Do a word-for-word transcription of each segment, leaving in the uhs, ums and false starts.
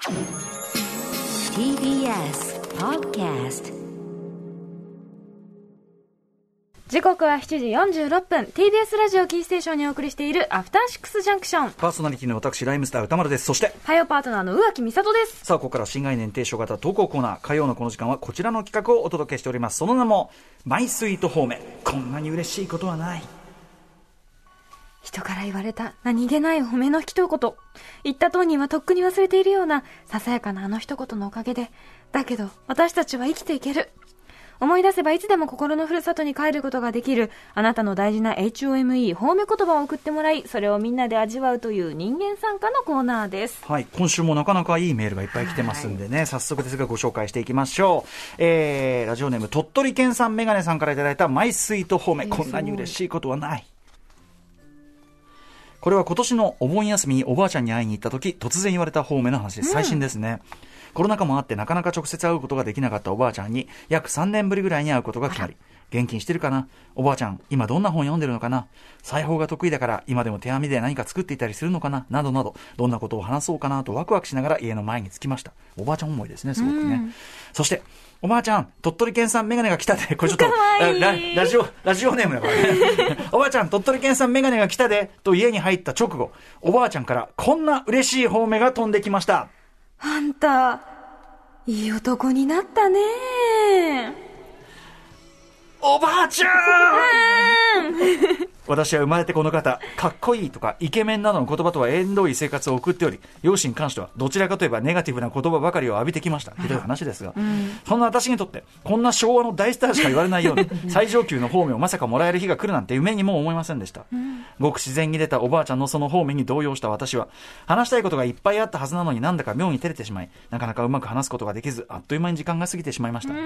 ティービーエス Podcast。時刻はしちじよんじゅうろっぷん、 ティービーエス ラジオキーステーションにお送りしているアフターシックスジャンクション。 パーソナリティの私ライムスター歌丸です。そして火曜パートナーの宇垣美里です。 さあ、ここから新概念提唱型投稿コーナー、火曜のこの時間はこちらの企画をお届けしております。その名もマイスイートホーム。こんなに嬉しいことはない。 人から言われた何気ない褒めの一言、言った当人はとっくに忘れているようなささやかなあの一言のおかげで、だけど私たちは生きていける。思い出せばいつでも心のふるさとに帰ることができる、あなたの大事な エイチオーエムイー 褒め言葉を送ってもらい、それをみんなで味わうという人間参加のコーナーです。 はい、今週もなかなかいいメールがいっぱい来てますんでね、早速ですがご紹介していきましょう。えー、ラジオネーム鳥取県産メガネさんからいただいたマイスイート褒め、こんなに嬉しいことはない。これは今年のお盆休みにおばあちゃんに会いに行った時突然言われた方面の話です。最新ですね、うん、コロナ禍もあってなかなか直接会うことができなかったおばあちゃんに約さんねんぶりぐらいに会うことが決まり、元気にしてるかな、おばあちゃん今どんな本読んでるのかな、裁縫が得意だから今でも手編みで何か作っていたりするのかな、などなど、どんなことを話そうかなとワクワクしながら家の前に着きました。おばあちゃん思いですね、すごくね、うん、そしておばあちゃん鳥取県産メガネが来たで、これちょっとラ, ラ, ジオラジオネームだからねおばあちゃん鳥取県産メガネが来たでと家に入った直後、おばあちゃんからこんな嬉しい褒めが飛んできました。 あんたいい男になったね。 おばあちゃん私は生まれてこの方、かっこいいとかイケメンなどの言葉とは縁遠い生活を送っており、容姿に関してはどちらかといえばネガティブな言葉ばかりを浴びてきました。ひどい話ですが、うん、そんな私にとってこんな昭和の大スターしか言われないような最上級の褒めをまさかもらえる日が来るなんて夢にも思いませんでした、うん、ごく自然に出たおばあちゃんのその褒めに動揺した私は、話したいことがいっぱいあったはずなのになんだか妙に照れてしまい、なかなかうまく話すことができず、あっという間に時間が過ぎてしまいました、うん、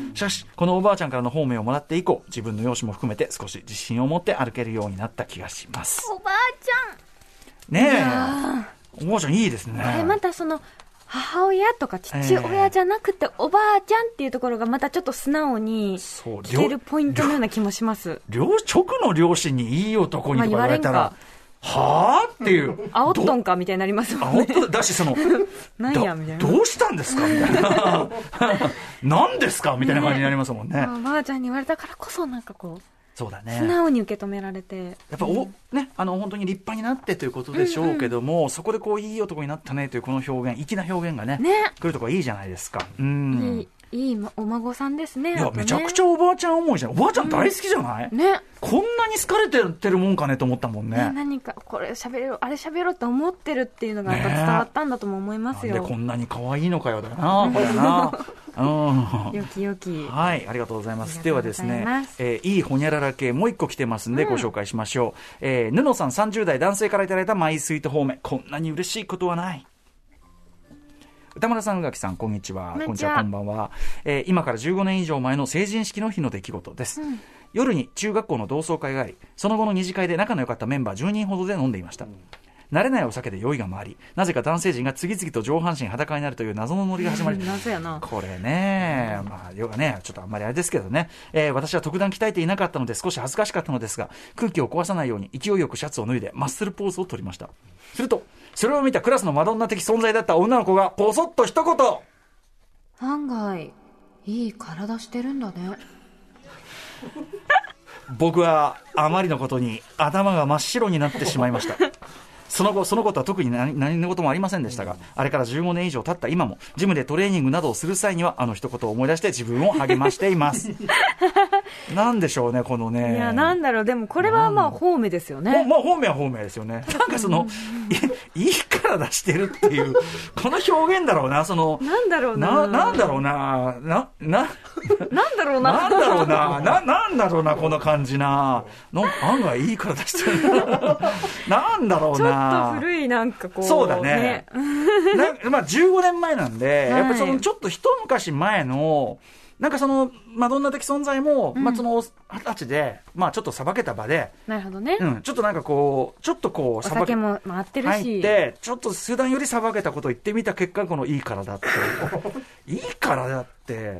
しかしこのおばあちゃんからの褒めをもらって以降、自分の容姿も含めて少し自信を持って歩けるようになった気がします。 おばあちゃんねえ、おばあちゃんいいですね。 あれまたその母親とか父親じゃなくて、えー、おばあちゃんっていうところがまたちょっと素直に聞けるポイントのような気もします。 直の両親にいい男にとか言われたら、はぁっていう、 あおっとんかみたいになりますもんね。 あおっとだし、その何やみたいな、 どうしたんですかみたいな何ですかみたいな感じになりますもんね。 おばあちゃんに言われたからこそなんかこう、 そうだね、 素直に受け止められて、 やっぱお、うんね、あの本当に立派になってということでしょうけども、うんうん、そこでこういい男になったねというこの表現、粋な表現が ね, ね来るとこいいじゃないですか。うん、 いいいいお孫さんですね。 いや、めちゃくちゃおばあちゃん思いじゃん。おばあちゃん大好きじゃない、うん、ね、こんなに好かれてるもんかねと思ったもんね。ね、 何かこれ喋れろあれ喋ろうって思ってるっていうのがやっぱ伝わったんだとも思いますよ。 ね、なんでこんなに可愛いのかよだよなこれなうん、 よきよき、 はい、ありがとうございます。ではですね、えー、いいほにゃらら系もう一個来てますんで、うん、ご紹介しましょう。えー、ぬのさんさんじゅう代男性からいただいたマイスイート褒め、こんなに嬉しいことはない。歌丸さん、宇垣さん、こんにちは。こんにちは、こんばんは。えー、今からじゅうごねん以上前の成人式の日の出来事です、うん、夜に中学校の同窓会があり、その後の二次会で仲の良かったメンバーじゅうにんほどで飲んでいました、うん。慣れないお酒で酔いが回り、なぜか男性陣が次々と上半身裸になるという謎のノリが始まり、 なぜやなこれね、まあヨガね、ちょっとあんまりあれですけどね、えー、私は特段鍛えていなかったので少し恥ずかしかったのですが、空気を壊さないように勢いよくシャツを脱いでマッスルポーズを取りました。するとそれを見たクラスのマドンナ的存在だった女の子がポソッと一言、 案外いい体してるんだね。 僕はあまりのことに頭が真っ白になってしまいました。その後、そのことは特に 何, 何のこともありませんでしたが、あれからじゅうごねん以上経った今もジムでトレーニングなどをする際にはあの一言を思い出して自分を励ましていますなんでしょうね、このね。 いや、なんだろう、でもこれはまあ褒めですよね。 まあ褒めは褒めですよね。なんかそのい, いい体してるっていうこの表現だろうな、そのなんだろうな、 な, なんだろうななななんだろうななんだろうなななんだろうなこの感じなの、案外いい体してるなんだろうな、 ちょっと古いなんかこう、 そうだねな、まあ、じゅうごねんまえなんで、はい、やっぱりそのちょっと一昔前のなんかそのマドンナ的存在も、うん、まあ、その二十歳で、まあ、ちょっとさばけた場で、 なるほどね、 うん、ちょっとなんかこうちょっとこうお酒も回ってるし、 入ってちょっと普段よりさばけたことを言ってみた結果、このいい体っていい体って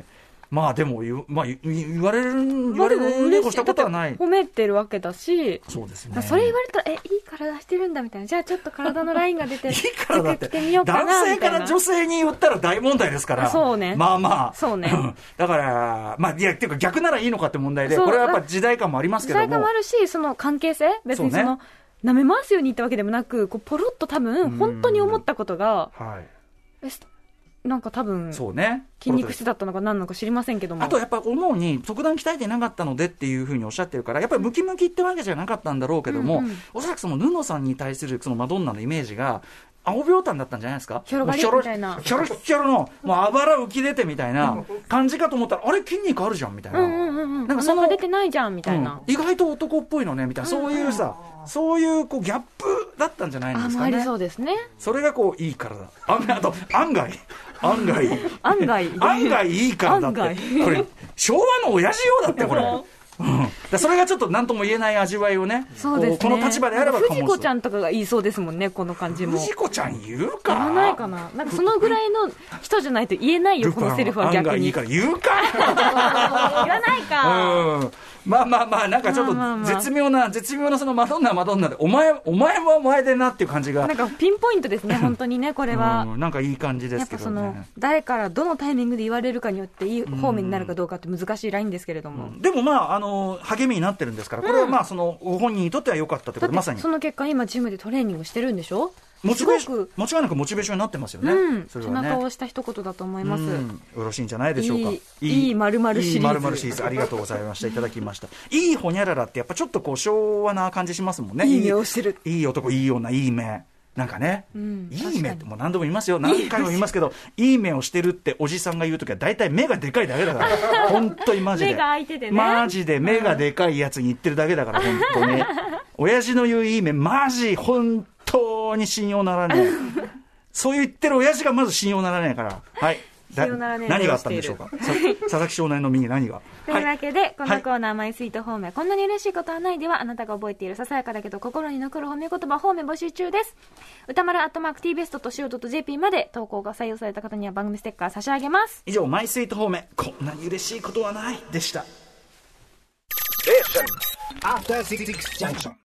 まあでも言,、まあ、言言われる言われるねこしたことはない。 褒めてるわけだし、 そうですね。 それ言われたらえいい体してるんだみたいな、じゃあちょっと体のラインが出ていい体って着てみようかな男性みたいな。 から女性に言ったら大問題ですから。 そうね。 まあまあ。 そうね。 だからまあいやっていうか逆ならいいのかって問題で、これはやっぱ時代感もありますけども。 時代感もあるし、その関係性別にその舐め回すように言ったわけでもなく、こうポロッと多分本当に思ったことが、 はい。 えなんか多分そうね、 筋肉質だったのか何なのか知りませんけども、 あとやっぱ思うに特段鍛えてなかったのでっていうふうにおっしゃってるから、やっぱりムキムキってわけじゃなかったんだろうけども、うんうん、おそらくその布野さんに対するそのマドンナのイメージが青びょうたんだったんじゃないですか。 ひょろがりみたいな、 ひょろひょろのもうあばら浮き出てみたいな感じかと思ったら、あれ筋肉あるじゃんみたいな、 うんうんうん、なんかその出てないじゃんみたいな、 うん、意外と男っぽいのねみたいな、そういうさ、そういうこうギャップだったんじゃないんですかね。 ありそうですね。それがこういい体、ああと案外案外案外案外いい体って、これ昭和の親父用だってこれ。うん、だそれがちょっと何とも言えない味わいをね、 そうですね、 この立場であれば藤子ちゃんとかが言いそうですもんね、この感じも。 藤子ちゃん言うか、 言わないかな、なんかそのぐらいの人じゃないと言えないよ、このセリフは逆に。 いいから言うか言わないか、 うん、まあまあまあ、なんかちょっと絶妙な、まあまあ、絶妙なそのマドンナマドンナで、お前お前はお前でなっていう感じが、 なんかピンポイントですね本当にね、これは、 うん、なんかいい感じですけどね。 やっぱその誰からどのタイミングで言われるかによっていい方面になるかどうかって難しいラインですけれども、 うん、でもまああの励みになってるんですから、これはまあそのご本人にとっては良かったということで、まさにその結果今ジムでトレーニングしてるんでしょ。 モチベーション、間違いなくモチベーションになってますよね。 うん、 それはね、 背中を押した一言だと思います。うん、 よろしいんじゃないでしょうか。 いい、いい〇〇シリーズ。いい 〇〇シリーズ、ありがとうございました。いただきました。いいほにゃららってやっぱちょっとこう昭和な感じしますもんね。 いい目をしてる。 いい男、いい女、いい目。なんかね、うん、いい目ってもう何度も言いますよ、何回も言いますけど、いい目をしてるっておじさんが言うときは大体目がでかいだけだから、本当にマジで。 目が開いててね。 マジで目がでかいやつに言ってるだけだから、本当に。親父の言ういい目、マジ本当に信用ならない。そう言ってる親父がまず信用ならないから。はい。何があったんでしょうか。佐々木少年の身に何が。 というわけで、はい、このコーナー、マイスイート方面、こんなに嬉しいことはないでは、あなたが覚えているささやかだけど心に残る褒め言葉方面募集中です。歌丸アットマーク ティーベスト と シーオー ドット ジェーピー まで投稿が採用された方には番組ステッカー差し上げます。 以上、マイスイート方面、こんなに嬉しいことはないでした。